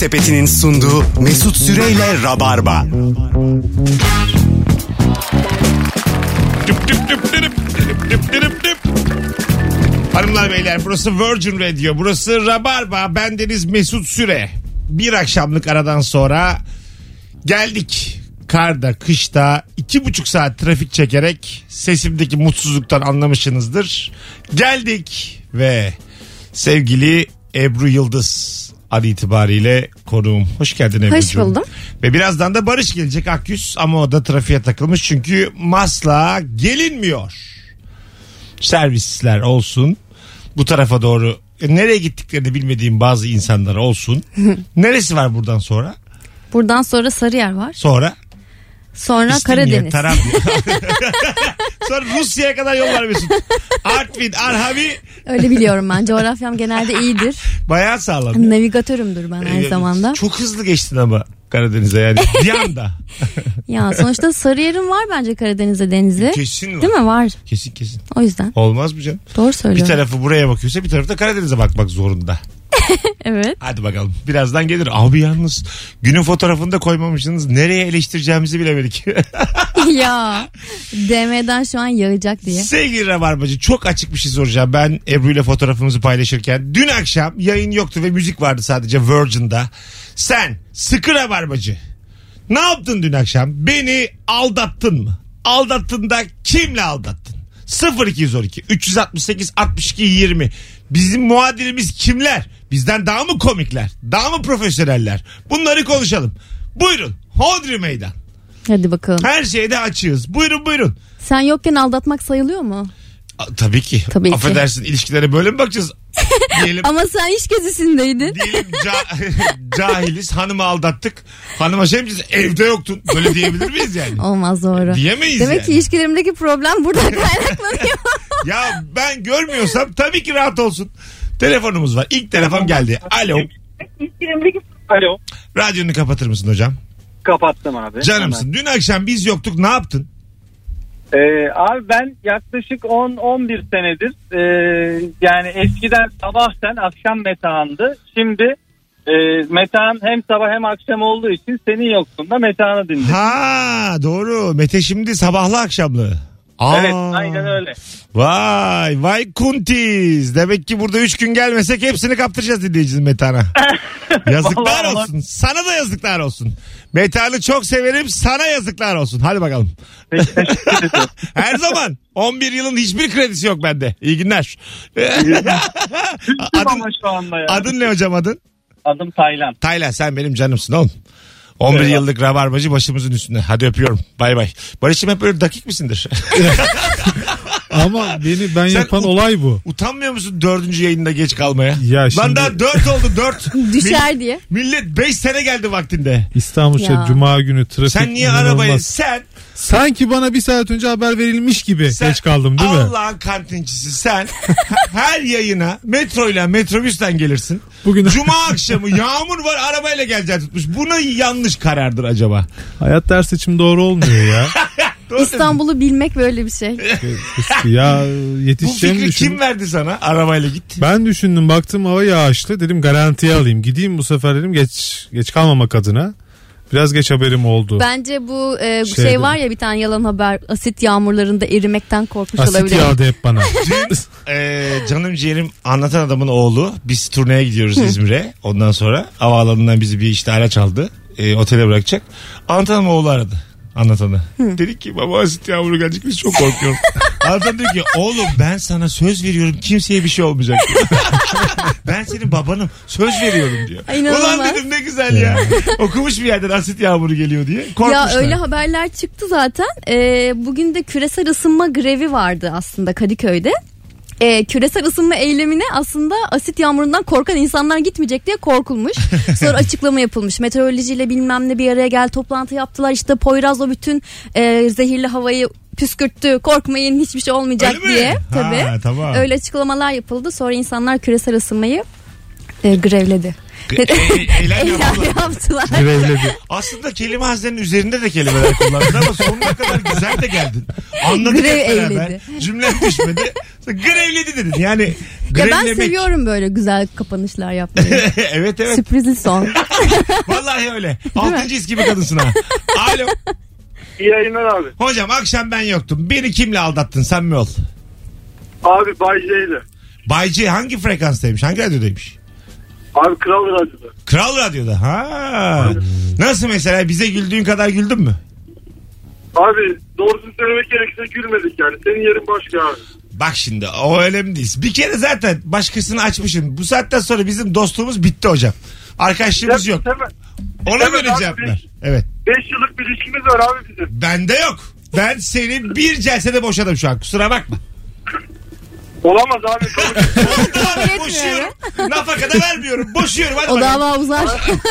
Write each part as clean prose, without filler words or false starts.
Sepeti'nin sunduğu Mesut Süreyle Rabarba. Hanımlar beyler, burası Virgin Radio, burası Rabarba. Bendeniz Mesut Süre. Bir akşamlık aradan sonra geldik. Karda, kışta 2,5 saat trafik çekerek sesimdeki mutsuzluktan anlamışsınızdır. Geldik ve sevgili Ebru Yıldız an itibariyle konuğum. Hoş geldin Ebru'cum. Hoş buldum. Ve birazdan da Barış gelecek, Akyüz, ama o da trafiğe takılmış çünkü Maslak'a gelinmiyor. Servisler olsun bu tarafa doğru, nereye gittiklerini bilmediğim bazı insanlar olsun. Neresi var buradan sonra? Buradan sonra Sarıyer var. Sonra İstinye, Karadeniz. Tarabya. Sonra Rusya'ya kadar yol var Mesut. Artvin, Arhavi. Öyle biliyorum ben. Coğrafyam genelde iyidir. Bayağı sağlam. Navigatörümdür ben aynı zamanda. Çok hızlı geçtin ama Karadeniz'e yani. Bir anda. Ya sonuçta Sarıyer'in var bence Karadeniz'e denizi. Kesin var. Değil mi? Var. Kesin. O yüzden. Olmaz mı canım? Doğru söylüyorum. Bir tarafı buraya bakıyorsa bir tarafı da Karadeniz'e bakmak zorunda. Evet. Hadi bakalım. Birazdan gelir. Abi yalnız günün fotoğrafını da koymamışsınız. Nereye eleştireceğimizi bilemedik. Ya DM'den şu an yağacak diye. Sevgili Rabarbacı, çok açık bir şey soracağım. Ben Ebru ile fotoğrafımızı paylaşırken dün akşam yayın yoktu ve müzik vardı sadece Virgin'da. Sen sıkı Rabarbacı, ne yaptın dün akşam? Beni aldattın mı? Aldattın da kimle aldattın? 0212 368 62 20. Bizim muadilimiz kimler? Bizden daha mı komikler? Daha mı profesyoneller? Bunları konuşalım. Buyurun. Hodri meydan. Hadi bakalım. Her şeyde açığız. Buyurun. Sen yokken aldatmak sayılıyor mu? Tabii ki. Affedersin, ilişkilere böyle mi bakacağız? Diyelim, ama sen iş gezisindeydin. Diyelim cahiliz, hanımı aldattık. Hanıma şey mi diyeceğiz? Evde yoktun. Böyle diyebilir miyiz yani? Olmaz, doğru. Diyemeyiz Demek yani. ki ilişkilerimdeki problem burada kaynaklanıyor. Ya ben görmüyorsam tabii ki rahat olsun. Telefonumuz var. İlk telefon geldi. Alo. Alo. Radyonu kapatır mısın hocam? Kapattım abi. Canımsın. Dün akşam biz yoktuk. Ne yaptın? Abi ben yaklaşık 10-11 senedir yani eskiden sabahten akşam Metehan'dı. Şimdi Metehan hem sabah hem akşam olduğu için senin yokluğunda Metehan'ı dinledim. Ha doğru. Mete şimdi sabahlı akşamlı. Evet, aynen öyle. Vay kuntiz. Demek ki burada 3 gün gelmesek hepsini kaptıracağız dinleyicinin Metehan'a. Yazıklar olsun. Sana da yazıklar olsun. Metehan'ı çok severim, sana yazıklar olsun. Hadi bakalım. Her zaman 11 yılın hiçbir kredisi yok bende. İyi günler. Şu anda ya. Adın ne hocam, adın? Adım Taylan. Taylan, sen benim canımsın oğlum. 11 evet. Yıllık Rabarbacı başımızın üstünde. Hadi öpüyorum. Bay bay. Barış'cığım hep böyle dakik misindir? Ama ben yapan olay bu. Utanmıyor musun 4. yayında geç kalmaya? Ya şimdi... Lan daha 4 oldu 4. Düşer diye. Millet 5 sene geldi vaktinde. İstanbul Cuma günü trafik. Sen niye arabayı Sanki bana bir saat önce haber verilmiş gibi geç kaldım değil mi? Allah'ın kantinçisi sen. Her yayına metroyla metrobüsten gelirsin. Bugün... Cuma akşamı yağmur var, arabayla geleceğini tutmuş. Buna yanlış karardır acaba? Hayat ders seçim doğru olmuyor ya. İstanbul'u bilmek böyle bir şey. Ya yetişeceğimi Bu fikri kim verdi sana? Arabayla git. Ben düşündüm, baktım hava yağışlı, dedim garantiye alayım. Gideyim bu sefer, dedim geç kalmamak adına. Biraz geç haberim oldu. Bence bu şey var ya, bir tane yalan haber, asit yağmurlarında erimekten korkmuş olabilir. Asit yağdı hep bana. Canım ciğerim anlatan adamın oğlu. Biz turneye gidiyoruz İzmir'e. Ondan sonra havaalanından bizi bir işte araç aldı. Otele bırakacak. Anlatan adamın oğlu aradı. Anlatanı. Dedik ki baba asit yağmuru gelecek, biz çok korkuyoruz. Anlatan diyor ki oğlum ben sana söz veriyorum, kimseye bir şey olmayacak diyor. Ben senin babanım, söz veriyorum diyor. Ulan dedim ne güzel ya. Okumuş bir yerden asit yağmuru geliyor diye. Korkmuşlar. Ya öyle haberler çıktı zaten. Bugün de küresel ısınma grevi vardı aslında Kadıköy'de. Küresel ısınma eylemine aslında asit yağmurundan korkan insanlar gitmeyecek diye korkulmuş. Sonra açıklama yapılmış. Meteorolojiyle bilmem ne bir araya gel toplantı yaptılar. İşte Poyraz o bütün zehirli havayı püskürttü. Korkmayın, hiçbir şey olmayacak diye. Tabii. Tamam. Öyle açıklamalar yapıldı. Sonra insanlar küresel ısınmayı grevledi. Eylem yaptılar. Grevledi. Aslında kelime hazinenin üzerinde de kelimeler kullandın ama sonuna kadar güzel de geldin. Anladık hep beraber. Cümlen düşmedi. Grevledi dedin. Yani Ya ben Grevlemek. seviyorum böyle güzel kapanışlar yapmayı. Evet. Sürprizli son. Vallahi öyle. 6. his gibi kadınsın ha. Alo. İyi yayınlar abi. Hocam akşam ben yoktum. Beni kimle aldattın sen mi ol? Abi Bay J'yle. Bay J hangi frekanstaymış? Hangi radyodaymış? Abi Kral Radyo'da. Kral Radyo'da. Ha. Nasıl mesela bize güldüğün kadar güldün mü? Abi doğrusunu söylemek gerekirse gülmedik yani. Senin yerin başka abi. Bak şimdi o öyle mi değil? Bir kere zaten başkasını açmışım. Bu saatten sonra bizim dostluğumuz bitti hocam. Arkadaşlığımız yok. Ona göre cevap ver. Evet. 5 yıllık bir ilişkimiz var abi bizim. Bende yok. Ben seni bir celsede boşadım şu an. Kusura bakma. Olamaz abi. Abi, boşuyorum. Nafaka da vermiyorum. Boşuyorum. Hadi O bakalım. dava uzar.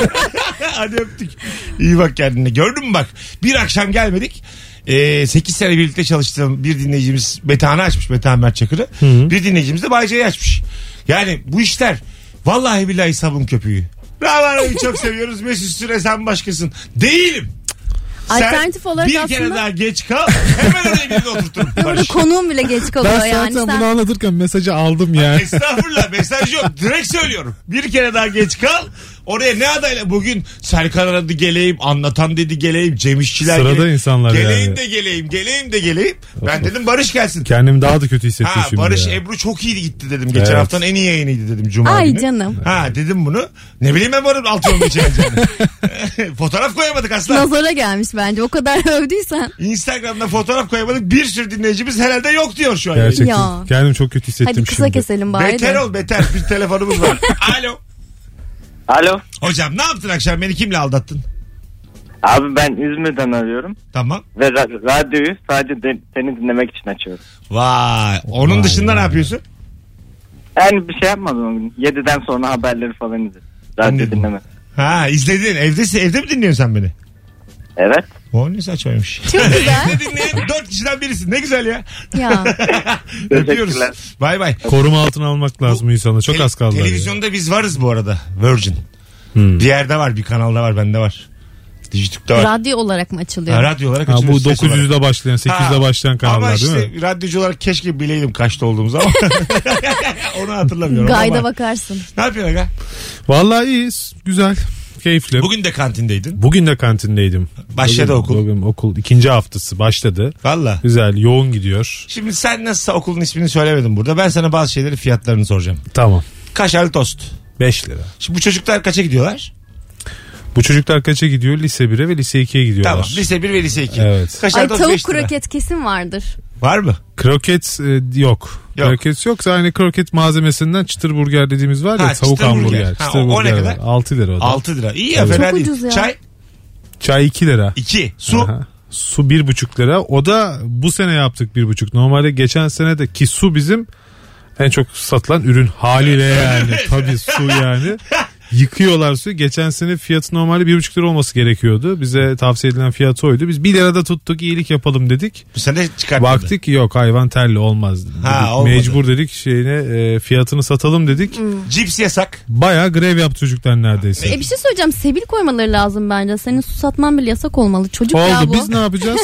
Hadi öptük. İyi bak kendine. Gördün mü bak. Bir akşam gelmedik. 8 sene birlikte çalıştığım bir dinleyicimiz Metehan'ı açmış. Metehan Mert Çakır'ı. Bir dinleyicimiz de Bayce'yi açmış. Yani bu işler vallahi billahi sabun köpüğü. Ravara'yı çok seviyoruz. Mesut Süre sen başkasın. Değilim. Alternatif olarak bir aslında... kere daha geç kal. Hemen oraya birini oturturum. Burada konuğum bile geç kalıyor Ben yani. zaten bunu anlatırken mesajı aldım yani. Estağfurullah mesaj yok. Direkt söylüyorum. Bir kere daha geç kal. Oraya ne adayla bugün Serkan aradı geleyim, anlatan dedi geleyim, Cem İşçiler Sırada geleyim. insanlar geleyim yani. de geleyim de geleyim. Ben dedim Barış gelsin. Kendimi daha da kötü hissettim şimdi. Barış ya. Ebru çok iyiydi gitti dedim. Geçen Evet. haftanın en iyi yayınıydı dedim Cuma Ay günü. canım. Dedim bunu. Ne bileyim ben varım alt yolunu içeceğini. Fotoğraf koyamadık asla. Nazara gelmiş bence. O kadar övdüysen. Instagram'da fotoğraf koyamadık. Bir sürü dinleyicimiz herhalde yok diyor şu an. Gerçekten. Ya. Kendimi çok kötü hissettim Hadi kısa şimdi. keselim bari Beter de. ol beter. Bir telefonumuz var. Alo. Alo. Hocam ne yaptın akşam? Beni kimle aldattın? Abi ben İzmir'den arıyorum Tamam. ve radyoyu sadece seni dinlemek için açıyorum. Vay. Onun Vay dışında vay. ne yapıyorsun? Yani bir şey yapmadım o gün. 7'den sonra haberleri falan izledim. Radyo Anladım. dinleme. İzledin. Evde mi dinliyorsun sen beni? Evet. O ne saçmaymış. Çok güzel. Evde dinleyen 4 kişiden birisin. Ne güzel ya. Ya. Öpüyoruz. Teşekkürler. Bay bay. Koruma altına almak lazım insana. Çok az kaldı. Televizyonda biz varız bu arada. Virgin. Bir yerde var. Bir kanalda var. Bende var. Dijitürk'te var. Radyo olarak mı açılıyor? Radyo olarak Ha, açılıyor. bu ses olarak. 900'de başlayan 8'de başlayan kanallar ama işte değil mi? radyocu olarak keşke bileydim kaçta olduğumuzu ama onu hatırlamıyorum. Gayda ama. bakarsın. Ne yapıyorsun aga? Vallahi iyiyiz. Güzel. Keyifli. Bugün de kantindeydin. Bugün de kantindeydim. Başladı okul. Bugün okul ikinci haftası başladı. Valla. Güzel, yoğun gidiyor. Şimdi sen nasılsa okulun ismini söylemedin burada. Ben sana bazı şeyleri fiyatlarını soracağım. Tamam. Kaşarlı tost. 5 lira. Şimdi bu çocuklar kaça gidiyorlar? Bu çocuklar kaça gidiyor? Lise 1'e ve lise 2'ye gidiyorlar. Tamam. Lise 1 ve lise 2. Evet. Kaşarlı Ay tost tavuk 5 lira. kroket kesin vardır. Var mı? Kroket yok. Kroket yoksa aynı kroket malzemesinden çıtır burger dediğimiz var ya, Ha, tavuk çıtır hamburger. burger. Ha, Çıtır o burger ne var. kadar? 6 lira o da. 6 lira. İyi ya Evet. fena Çok değil. ucuz ya. Çay Çay 2 lira. 2. Su. Aha. Su 1,5 lira. O da bu sene yaptık 1,5. Normalde geçen sene de ki su bizim en çok satılan ürün haliyle yani. Tabii su yani. Yıkıyorlar suyu. Geçen sene fiyatı normalde 1,5 lira olması gerekiyordu. Bize tavsiye edilen fiyatı oydu. Biz 1 lirada tuttuk, iyilik yapalım dedik. Bu sene çıkartmadı. Baktık ki yok, hayvan terli olmaz. Dedik. olmadı. Mecbur dedik fiyatını satalım dedik. Cips yasak. Bayağı grev yaptı çocuklar neredeyse. Bir şey söyleyeceğim. Sebil koymaları lazım bence. Senin su satman bile yasak olmalı. Çocuk ya Oldu, bu. biz ne yapacağız?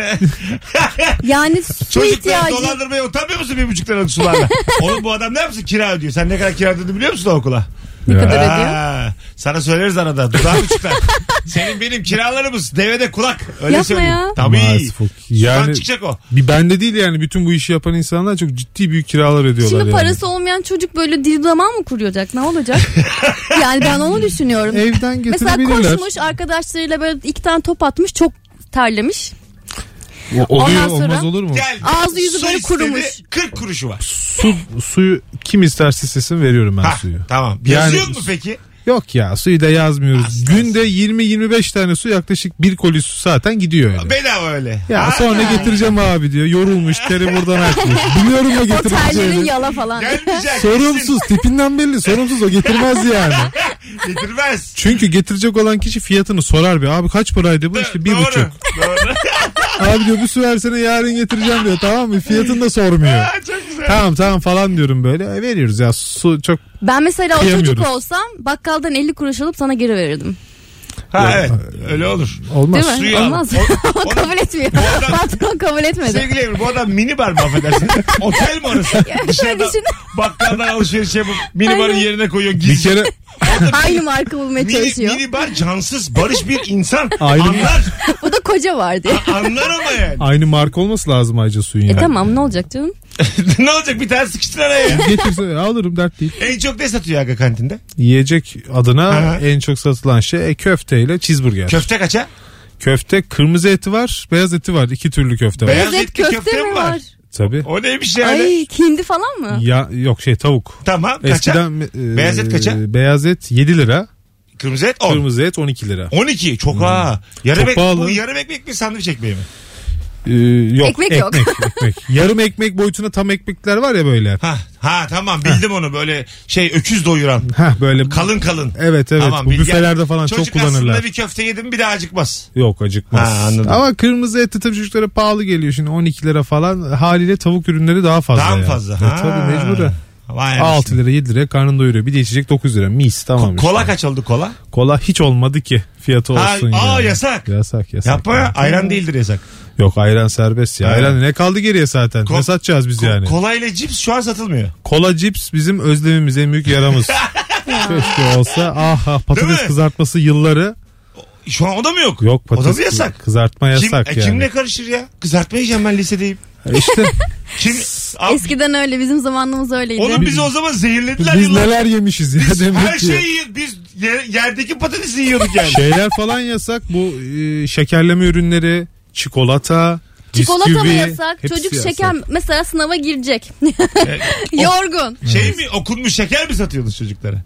Yani su Çocukları ihtiyacı. dolandırmaya utanmıyor musun 1,5 liralık sularla? Oğlum bu adam ne yapsın? Kira ödüyor. Sen ne kadar kira ödediğini biliyor musun o okula? Ne kadar ödüyor? Ha, sana söyleriz arada. Dudağı uçuklar. Senin benim kiralarımız devede kulak. Öyle Yapma söyleyeyim. ya. Tabii. Maalesef o. Sudan Yani çıkacak o. bir bende değil yani, bütün bu işi yapan insanlar çok ciddi büyük kiralar ödüyorlar. Şimdi yani. parası olmayan çocuk böyle dil damağı mı kuruyacak? Ne olacak? Yani ben onu düşünüyorum. Evden Mesela getirebilirler. koşmuş arkadaşlarıyla böyle 2 tane top atmış. Çok terlemiş. Oluyor, Ondan sonra- olmaz olur mu? Gel. Ağzı yüzü su böyle istedi, kurumuş. 40 kuruşu var. Suyu kim isterse istesin veriyorum ben Ha, suyu. tamam. Yani- Yazıyor mu peki? Yok ya, suyu da yazmıyoruz. Asla. Günde 20-25 tane su, yaklaşık 1 koli su zaten gidiyor öyle. Bedava öyle. Ya Ha, sonra getireceğim abi diyor. Yorulmuş, teri buradan akmış. Biliyorum ya O terlerin getireceğini. yala falan. Gelmeyecek. Sorumsuz, tipinden belli. Sorumsuz, o getirmez yani. Getirmez. Çünkü getirecek olan kişi fiyatını sorar bir. Abi kaç paraydı bu? İşte 1,5. Doğru. Abi diyor bu su versene, yarın getireceğim diyor, tamam mı? Fiyatını da sormuyor. Ha, çok güzel. Tamam falan diyorum böyle. Veriyoruz ya, su çok. Ben mesela o Kıyamıyoruz. çocuk olsam bakkaldan 50 kuruş alıp sana geri verirdim. Ha evet öyle olur. Olmaz. Değil mi? Suyu al. Olmaz. O kabul etmiyor. adam- Patron kabul etmedi. Sevgili Emre bu adam minibar mı affedersin? Otel mi orası? Dışarıda düşün. bakkaldan alışveriş yapıp minibarın Aynen. yerine koyuyor. Bir Gizli. kere Aynı marka bulmaya çalışıyor. Minibar cansız barış bir insan. Aynı- Anlar. Bu da koca vardı. Anlar ama yani. aynı marka olması lazım ayrıca suyun yani. Tamam ne olacak canım? Ne olacak bir tane sıkıştır araya ya. Getirse alırım, dert değil. En çok ne satıyor Aga kantinde? Yiyecek adına Aha. en çok satılan şey köfteyle cheeseburger. Köfte kaça? Köfte kırmızı eti var, beyaz eti var. 2 türlü köfte var. Beyaz Beyaz et etli köfte mi var? Tabii. O neymiş yani? Ay hindi falan mı? Ya yok tavuk. Tamam kaça? Eskiden Beyaz et kaça? Beyaz et 7 lira, Kırmızı et 10. kırmızı et 12 lira. 12 çok ha. Yarım, Çok pahalı. bu yarım ekmek mi sandviç ekmeği mi? Yok, Ekmek yok. ekmek. Yarım ekmek boyutuna tam ekmekler var ya böyle. Ha tamam bildim onu böyle öküz doyuran. Böyle Kalın kalın. Evet Tamam, bu bilgi- büfelerde falan Çocuk çok kullanırlar. aslında bir köfte yedim bir daha acıkmaz. Yok acıkmaz. Ha, anladım. Ama kırmızı eti tabii çocuklara pahalı geliyor şimdi 12 lira falan. Haliyle tavuk ürünleri daha fazla. Daha mı yani. fazla? Tabii mecburen. Vay 6 lira 7 lira karnın doyuruyor. Bir de içecek 9 lira. Mis tamam. Kola işte. kaç oldu kola? Kola hiç olmadı ki fiyatı olsun yani. Yasak. Yasak. Yapma ya yani. ayran değildir yasak. Yok ayran serbest ya. Ha. Ayran ne kaldı geriye zaten? Ne satacağız biz yani? Kola ile cips şu an satılmıyor. Kola cips bizim özlemimiz en büyük yaramız. Keşke olsa. Patates Değil mi? kızartması yılları. Şu an o da mı yok? Yok O da patates mı yasak? kızartma yasak yani. Kimle karışır ya? Kızartma yiyeceğim ben lisedeyim. İşte Kim? Abi, Eskiden öyle bizim zamanımız öyleydi. oğlum bizi o zaman zehirlediler biz yıllar. neler yemişiz ya Biz demek her ki. şeyi yiyoruz. Biz yerdeki patatesi yiyorduk yani. Şeyler falan yasak bu şekerleme ürünleri, çikolata, Çikolata mı bisküvi, yasak? hepsi Çocuk yasak. şeker mesela sınava girecek. Yorgun. Mi okunmuş şeker mi satıyorsunuz çocuklara?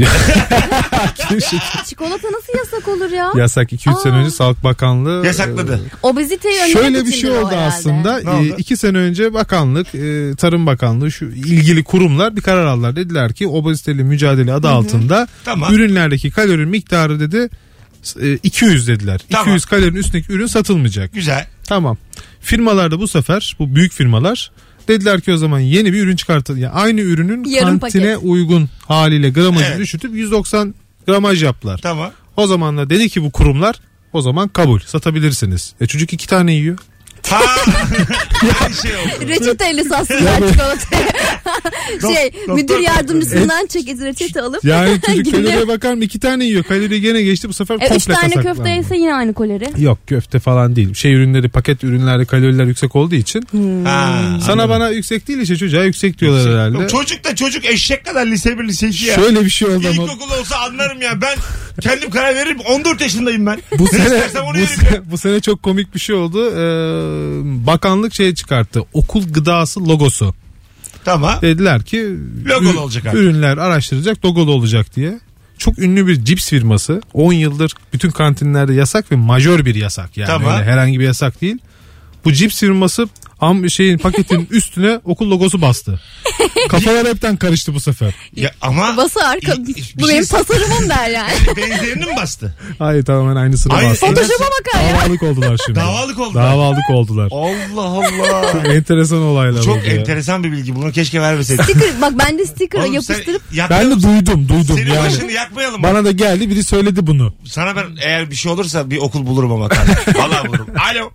Çikolata nasıl yasak olur ya? Yasak 2-3 sene önce Sağlık Bakanlığı Yasakladı. Obeziteyi önlemek Şöyle bir içindir şey o oldu herhalde. aslında. Ne oldu? 2 sene önce bakanlık, Tarım Bakanlığı şu ilgili kurumlar bir karar aldılar. Dediler ki obeziteyle mücadele adı altında Tamam. ürünlerdeki kalori miktarı dedi 200 dediler. Tamam. 200 kalorinin üstündeki ürün satılmayacak. Güzel. Tamam. Firmalar da bu sefer bu büyük firmalar dediler ki o zaman yeni bir ürün çıkartalım. Yani aynı ürünün Yarım kantine paket. uygun haliyle gramajı Evet. düşürtüp 190 gramaj yaptılar. Tamam. O zaman da dedi ki bu kurumlar o zaman kabul satabilirsiniz. Çocuk 2 tane yiyor. Ha. Yani şey oldu. Reçeteyle satsınlar çikolatayı. doktor Müdür yardımcısından reçete alıp Yani çocuk gidiyor. kaloriye bakar mı? 2 tane yiyor. Kalori gene geçti bu sefer 3 komple tane kasaklandı. köfte yese yine aynı kalori. Yok köfte falan değil. Ürünleri paket ürünlerde kaloriler yüksek olduğu için Ha, sana bana yüksek değil işte çocuğa yüksek diyorlar herhalde. Çocuk da çocuk eşek kadar lise 1 lise 2 ya. Şöyle bir şey oldu ama İlkokul olsa anlarım ya. Ben kendim karar veririm. 14 yaşındayım ben. bu Ne sene istersem onu yerim ya. bu sene çok komik bir şey oldu. Bakanlık çıkarttı. Okul gıdası logosu. Tamam. Dediler ki Logolu olacak artık. ürünler araştıracak, logolu olacak diye. Çok ünlü bir cips firması 10 yıldır bütün kantinlerde yasak ve majör bir yasak yani Tamam. öyle herhangi bir yasak değil. Bu cips firması paketin üstüne okul logosu bastı. Kafalar hepten karıştı bu sefer. Ya ama Basar. Bir Bu şey- benim tasarımım der yani. benzerini mi bastı? Hayır tamamen aynısını Aynı- bastı. Photoshop'a bakar ya. Davalık oldular şimdi. Davalık oldular. Davalık oldular. Allah Allah. Enteresan olaylar Çok oldu ya. enteresan bir bilgi. Bunu keşke vermeseydin. Sticker, bak ben de sticker'ı Oğlum yapıştırıp sen yapma Ben de musun? duydum Senin yani. başını yakmayalım. Bana da geldi biri söyledi bunu. Sana ben eğer bir şey olursa bir okul bulurum ama. Vallahi bulurum. Alo.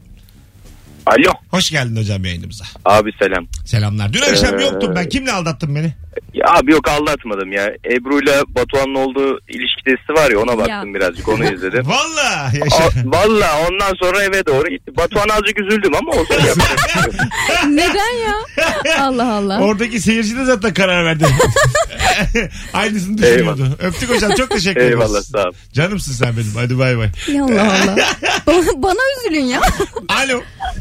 Alo. Hoş geldin hocam yayınımıza. Abi selam. Selamlar. Dün akşam yoktum ben. Kimle aldattın beni? Ya abi yok aldatmadım ya. Ebru'yla Batuhan'ın olduğu ilişki testi var ya ona baktım birazcık onu izledim. Vallahi yaşa. Valla ondan sonra eve doğru gitti. Batuhan azıcık üzüldüm ama olsun yapacak bir şey yok. neden ya? Allah Allah. Oradaki seyirci de zaten karar verdi. Aynısını düşünüyordu. Öptük hocam çok teşekkür ederiz. Eyvallah sağ ol. Canımsın sen benim. Hadi bay bay. Ya Allah Allah. Bana üzülün ya. Alo.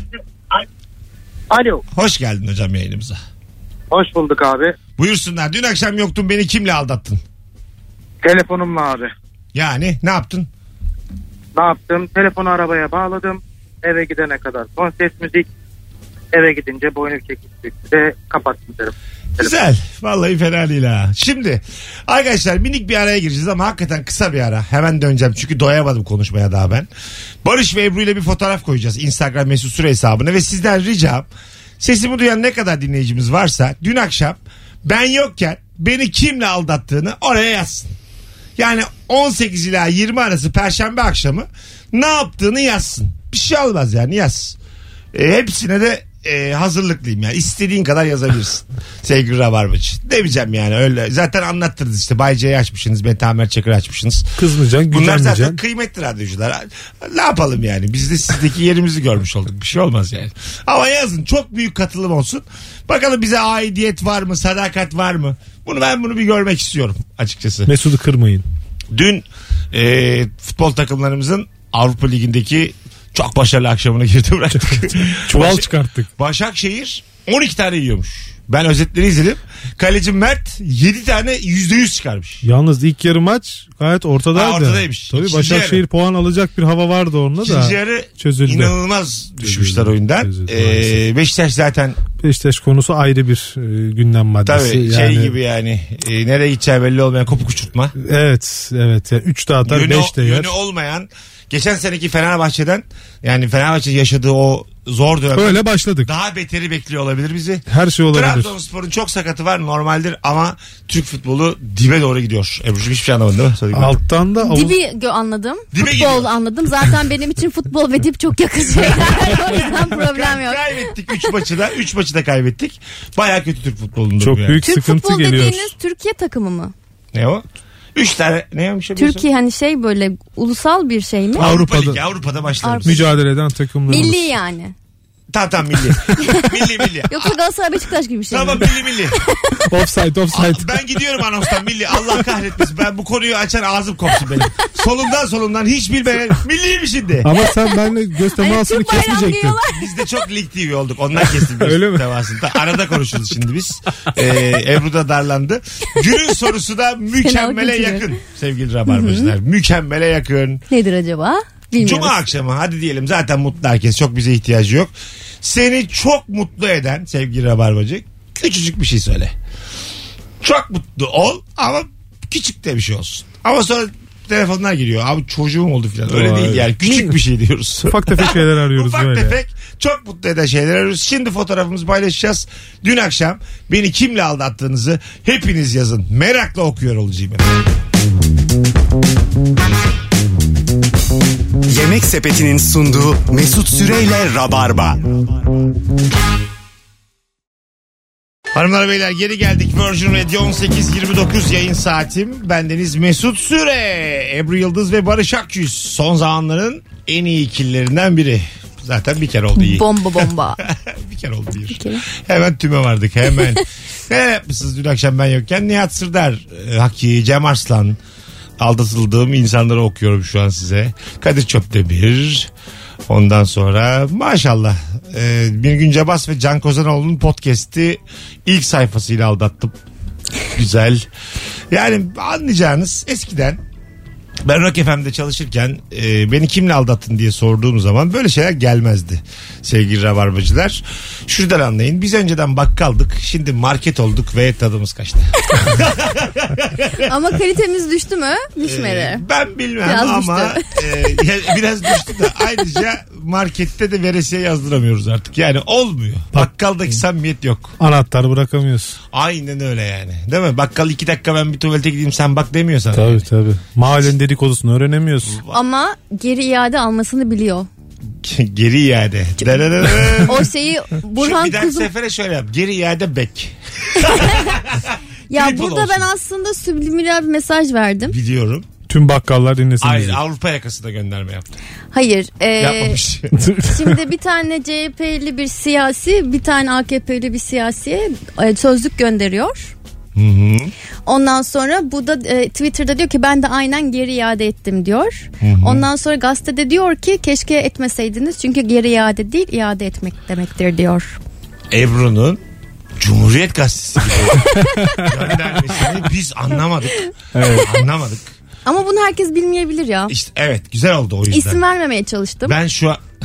Alo. Hoş geldin hocam yayınımıza. Hoş bulduk abi. Buyursunlar. Dün akşam yoktun beni kimle aldattın? Telefonumla abi. Yani ne yaptın? Ne yaptım? Telefonu arabaya bağladım. Eve gidene kadar son ses müzik. Eve gidince boynu çekip de kapattım telefonu. Güzel. Vallahi fena değil ha. Şimdi arkadaşlar minik bir araya gireceğiz ama hakikaten kısa bir ara. Hemen döneceğim çünkü doyamadım konuşmaya daha ben. Barış ve Ebru ile bir fotoğraf koyacağız Instagram mesut süre hesabına ve sizden ricam sesimi duyan ne kadar dinleyicimiz varsa dün akşam ben yokken beni kimle aldattığını oraya yazsın. Yani 18 ila 20 arası Perşembe akşamı ne yaptığını yazsın. Bir şey olmaz yani, yaz. Hepsine de hazırlıklıyım yani. İstediğin kadar yazabilirsin. Sevgili Rabarbacı. Demeyeceğim yani öyle. Zaten anlattınız işte. Bay C'yi açmışsınız. Mete Çakır açmışsınız. Kızmayacaksın, Bunlar gücenmeyeceksin. zaten kıymetli radyocular. Ne yapalım yani? Biz de sizdeki yerimizi görmüş olduk. Bir şey olmaz yani. Ama yazın. Çok büyük katılım olsun. Bakalım bize aidiyet var mı? Sadakat var mı? Bunu bir görmek istiyorum açıkçası. Mesut'u kırmayın. Dün futbol takımlarımızın Avrupa Ligi'ndeki çok başarılı akşamına girdi bıraktık. Çuval çıkarttık. Başakşehir 12 tane yiyormuş. Ben özetleri izledim. Kaleci Mert 7 tane %100 çıkarmış. Yalnız ilk yarı maç gayet ortadaydı. Ortadaymış. Tabii İkinci Başakşehir yarı. puan alacak bir hava vardı onunla da. İkinci yarı çözüldü. inanılmaz düşmüşler oyundan. Çözüldü, maalesef. Beşiktaş zaten Beşiktaş konusu ayrı bir gündem maddesi. tabii şey gibi yani nereye gideceği belli olmayan kopuk uçurtma. Evet. Yani 3 de atar 5 de yer. Yönü olmayan geçen seneki Fenerbahçe'den yani Fenerbahçe yaşadığı o zor dönem. Öyle başladık. Daha beteri bekliyor olabilir bizi. Her şey olabilir. Trabzonspor'un çok sakatı var normaldir ama Türk futbolu dibe doğru gidiyor. Ebru'cum hiçbir şey anlamadın değil mi? Söyledim ben. Alttan da Dibi anladım. Dibe Futbol gidiyor. anladım. Zaten benim için futbol ve dip çok yakın şeyler. O yüzden problem yok. Kaybettik 3 maçı da. 3 maçı da kaybettik. Baya kötü Türk futbolunda. çok bu yani. büyük Türk sıkıntı futbol geliyor. dediğiniz Türkiye takımı mı? Ne o? 3 tane ne yapmış? Türkiye hani şey böyle ulusal bir şey mi? Avrupa'da başlarız. Mücadele eden takımlarımız. Milli yani. Tamam milli. milli. Yoksa Galatasaray Beşiktaş gibi bir şey Tamam mi? milli. Offside. Ben gidiyorum anonstan milli. Allah kahretmesin. Ben bu konuyu açar ağzım kopsun benim. Solumdan hiç bilmeyen milliyim şimdi. Ama sen benimle göz temasını Türk bayrağı kesmeyecektin. giyiyorlar. Biz de çok Lig TV olduk. Ondan kestim. Öyle mi? Temasını. Arada konuşuruz şimdi biz. Ebru da darlandı. Günün sorusu da mükemmele Fena yakın. Sevgili Rabarbacılar. Mükemmele yakın. Nedir acaba? Bilmiyoruz. Cuma akşamı hadi diyelim zaten mutlu herkes. Çok bize ihtiyacı yok. Seni çok mutlu eden sevgili Rabarbacı küçücük bir şey söyle. Çok mutlu ol ama küçük de bir şey olsun. Ama sonra telefonlar geliyor. Abi çocuğum oldu falan. Öyle Vay. değil yani. Küçük bir şey diyoruz. Ufak tefek şeyler arıyoruz Ufak böyle. tefek çok mutlu eden şeyler arıyoruz. Şimdi fotoğrafımızı paylaşacağız. Dün akşam beni kimle aldattığınızı hepiniz yazın. Merakla okuyor olacağım. Yemek Sepeti'nin sunduğu Mesut Süreyle Rabarba. Hanımlar beyler geri geldik. Virgin Radio 18.29 yayın saatim. Bendeniz Mesut Süre, Ebru Yıldız ve Barış Akyüz. Son zamanların en iyi ikililerinden biri. Zaten bir kere oldu iyi. Bomba. Bir kere oldu bir. kere. Hemen tüme vardık hemen. Ne yapmışsınız dün akşam ben yokken? Nihat Sırdar, Haki, Cem Arslan. Aldatıldığım insanları okuyorum şu an size. Kadir Çöpdemir. Ondan sonra maşallah Birgün Cabas ve Can Kozanoğlu'nun podcast'i ilk sayfasıyla aldattım. Güzel. Yani anlayacağınız eskiden ben Rock FM'de çalışırken beni kimle aldattın diye sorduğum zaman böyle şeyler gelmezdi sevgili Rabarbacılar. Şuradan anlayın, biz önceden bakkaldık, şimdi market olduk ve tadımız kaçtı. Ama kalitemiz düştü mü? Düşmedi. Ben bilmem Biraz ama biraz düştü de ayrıca markette de veresiye yazdıramıyoruz artık. Yani olmuyor. Bakkaldaki samimiyet yok. Anahtarı bırakamıyorsun. Aynen öyle yani. Değil mi? Bakkal 2 dakika ben bir tuvalete gideyim sen bak demiyor sana. Tabii. Mahallenin dedikodusunu öğrenemiyorsun. Ama geri iade almasını biliyor. Geri iade. O şeyi Burhan Bir dahaki Kuzum. sefere şöyle yap. Geri iade bek. Ya Triple burada olsun. ben aslında subliminal bir mesaj verdim. Biliyorum. Tüm bakkallar dinlesin Hayır, bizi. Avrupa yakasına gönderme yaptı. Hayır. Yapmamış. Şimdi bir tane CHP'li bir siyasi, bir tane AKP'li bir siyasiye sözlük gönderiyor. Ondan sonra bu da Twitter'da diyor ki ben de aynen geri iade ettim diyor. Ondan sonra gazetede diyor ki keşke etmeseydiniz çünkü geri iade değil iade etmek demektir diyor. Ebru'nun Cumhuriyet Gazetesi gibi göndermesini biz anlamadık. Evet. Anlamadık. Ama bunu herkes bilmeyebilir ya. İşte evet, güzel oldu o yüzden. İsim vermemeye çalıştım. Ben şu an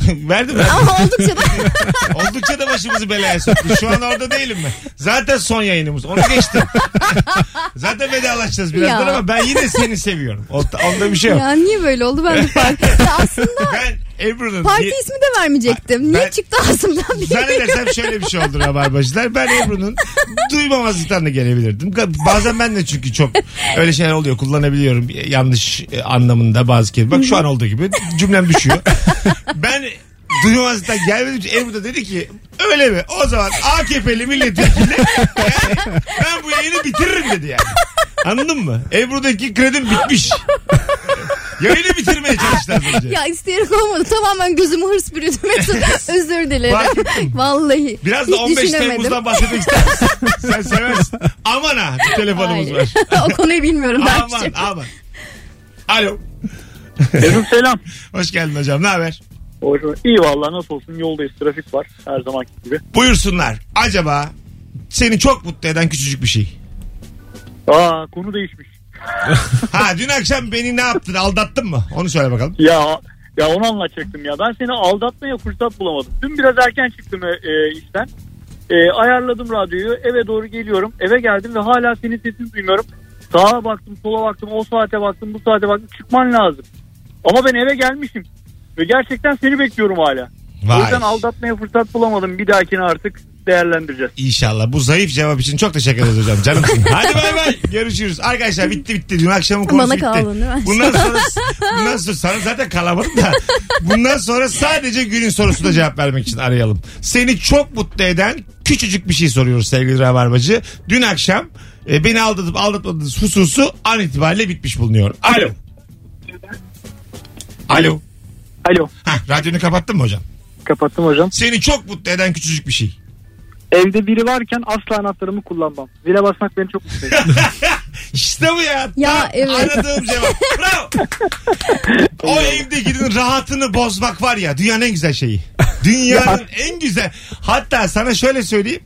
Verdim. Ama Oldukça da başımızı belaya soktu. Şu an orada değilim ben. Zaten son yayınımız. Onu geçtim. Zaten vedalaşacağız birazdan Ya. ama ben yine seni seviyorum. Onda bir şey yok. Ya niye böyle oldu ben de fark ettim. Aslında Ben Ebru'nun... parti ismi de vermeyecektim. Niye çıktı ağzımdan bilmiyorum. Zannedersem şöyle bir şey oldu Rabarbacılar. Ben Ebru'nun duymamazlıktan da gelebilirdim. Bazen ben de çünkü çok öyle şeyler oluyor. Kullanabiliyorum yanlış anlamında bazı kelime. Bak şu an olduğu gibi cümlem düşüyor. Ben duymamazlıktan gelmedim için Ebru da dedi ki öyle mi? O zaman AKP'li milletvekili ben bu yayını bitiririm dedi yani. Anladın mı? Ebru'daki kredim bitmiş. Yayını bitirmeye çalıştı az önce. Ya isteyerek olmadı. Tamamen gözümü hırs bürüdü Mesut. Özür dilerim. Fark ettim. Vallahi. Biraz da 15 Temmuz'dan bahsetmek ister misin? Sen seversin. Aman ha bir telefonumuz Hayır. var. O konuyu bilmiyorum ben. Aman. Alo. Mesut selam. Hoş geldin hocam. Ne haber? İyi vallahi nasıl olsun yoldayız trafik var her zamanki gibi. Buyursunlar. Acaba seni çok mutlu eden küçücük bir şey. Konu değişmiş. Ha dün akşam beni ne yaptın? Aldattın mı? Onu söyle bakalım. Ya onu anlatacaktım ya. Ben seni aldatmaya fırsat bulamadım. Dün biraz erken çıktım işten. Ayarladım radyoyu. Eve doğru geliyorum. Eve geldim ve hala senin sesini duymuyorum. Sağa baktım, sola baktım, o saate baktım, bu saate baktım. Çıkman lazım. Ama ben eve gelmişim. Ve gerçekten seni bekliyorum hala. Vay. O yüzden aldatmaya fırsat bulamadım. Bir dahakine artık değerlendireceğiz. İnşallah. Bu zayıf cevap için çok teşekkür ederiz hocam. Canımsın. Hadi bay bay. Görüşürüz. Arkadaşlar bitti. Dün akşamın konusu Bana bitti. kaldın değil mi? Bundan sonra sana zaten kalamadım da. Bundan sonra sadece günün sorusuna cevap vermek için arayalım. Seni çok mutlu eden küçücük bir şey soruyoruz sevgili Rabarbacı. Dün akşam beni aldatıp aldatmadığınız hususu an itibariyle bitmiş bulunuyor. Alo. Alo. Radyonu kapattın mı hocam? Kapattım hocam. Seni çok mutlu eden küçücük bir şey. Evde biri varken asla anahtarımı kullanmam. Zile basmak beni çok mutlu ediyor. İşte bu ya. Ya evet. Aradığım cevap. Bravo. O evdekinin rahatını bozmak var ya dünyanın en güzel şeyi. Dünyanın en güzel. Hatta sana şöyle söyleyeyim.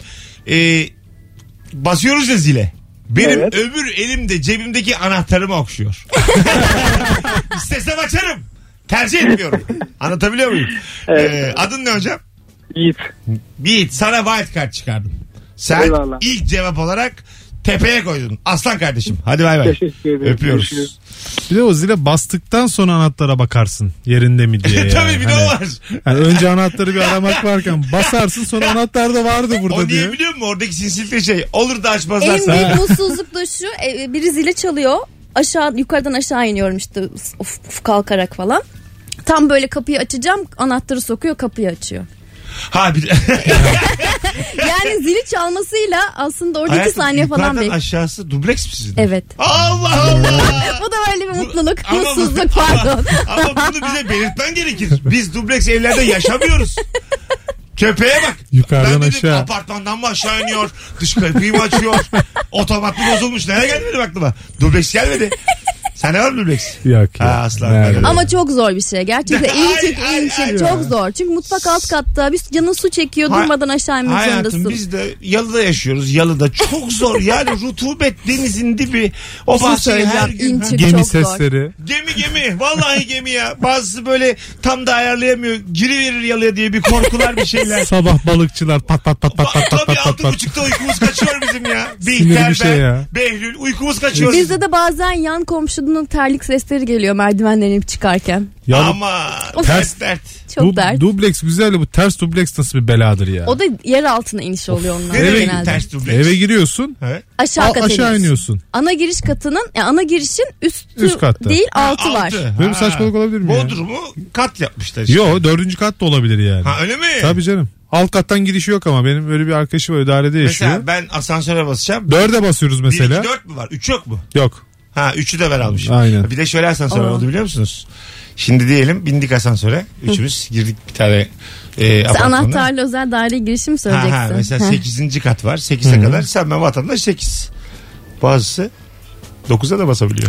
Basıyoruz ya zile. Benim öbür elimde cebimdeki anahtarımı okşuyor. İstesem açarım. Tercih etmiyorum. Anlatabiliyor muyum? Evet. Adın ne hocam? Yiğit. Sana wild card çıkardım. Sen Eyvallah. ilk cevap olarak tepeye koydun. Aslan kardeşim. Hadi bay bay. Teşekkür ederim. Öpüyoruz. Görüşürüz. Bir de o zile bastıktan sonra anahtara bakarsın yerinde mi diye. Yani. Tabii bir de o var. Yani önce anahtarı bir aramak varken basarsın sonra anahtar da vardı burada O diye. niye biliyor musun? Oradaki sinsilikte şey. Olur da En açmazlarsa. büyük mutsuzluk da şu. Biri zile çalıyor. Yukarıdan aşağı iniyorum işte kalkarak falan. Tam böyle kapıyı açacağım, anahtarı sokuyor, kapıyı açıyor. Ha bir Yani zili çalmasıyla aslında orada 2 saniye falan yukarıdan bekliyor. aşağısı dubleks mi sizin? Evet. Allah Allah. Bu da böyle bir mutluluk, Ama- mutsuzluk pardon. Ama bunu bize belirtmen gerekir. Biz dubleks evlerde yaşamıyoruz. Köpeğe bak. Yukarıdan ben dedim, aşağı. apartmandan mı aşağı iniyor? Dış kapıyı mı açıyor? Otomat mı bozulmuş? Nereye geldi benim aklıma? Dubleks gelmedi. Sen ne var mı dubleks? Yok ya. Ha, aslan. Nerede? Ama çok zor bir şey. Gerçekten Ay, iyi çek, ay, iyi çek. ay. Çok zor. Çünkü mutfak alt katta. Bir canın su çekiyor, durmadan aşağı inmek Hayatım zorundasın. biz de Yalı'da yaşıyoruz. Yalı'da çok zor. Yani rutubet denizin dibi. O Bir şey bahçeyi her söyleyeceğim, gün. İnçik Gemi çok zor. sesleri. Gemi. Vallahi gemi ya. Bazısı böyle tam da ayarlayamıyor. Giriverir Yalı'ya diye bir korkular bir şeyler. Sabah balıkçılar pat pat pat pat pat pat Tabii pat pat. 6.30'da uykumuz kaçıyor bizim ya. Sinirli Bihter, bir şey ya. Behlül uykumuz kaçıyor. Bizde de bazen yan komşunun terlik sesleri geliyor merdivenlerini inip çıkarken. Ya bu Ama ters dert. Çok dert. dubleks güzel de bu ters dubleks nasıl bir beladır ya. O da yer altına iniş oluyor onlar Ne demek genelde. ters dubleks? Eve giriyorsun. Evet. Aşağı kata Aşağı iniyorsun. iniyorsun. Ana giriş katının, yani ana girişin üst katta. değil Ha, altı var. Böyle bir saçmalık olabilir mi ya? Bodrum'u kat yapmışlar işte. Yo 4. kat da olabilir yani. Ha öyle mi? Tabii canım. Alt kattan girişi yok ama benim öyle bir arkadaşım var idarede yaşıyor. Mesela ben asansöre basacağım. 4'e basıyoruz 1, mesela. 2, 4 mü var? 3 yok mu? Yok. Ha 3'ü de ben almışım. Aynen. Bir de şöyle asansör oldu biliyor musunuz? Şimdi diyelim bindik asansöre. Üçümüz girdik bir tane Sen apartmana. anahtarlı özel daireye girişi mi söyleyeceksin? Mesela 8. kat var. 8'e kadar sen ben vatandaş 8. Bazısı 9'a da basabiliyor.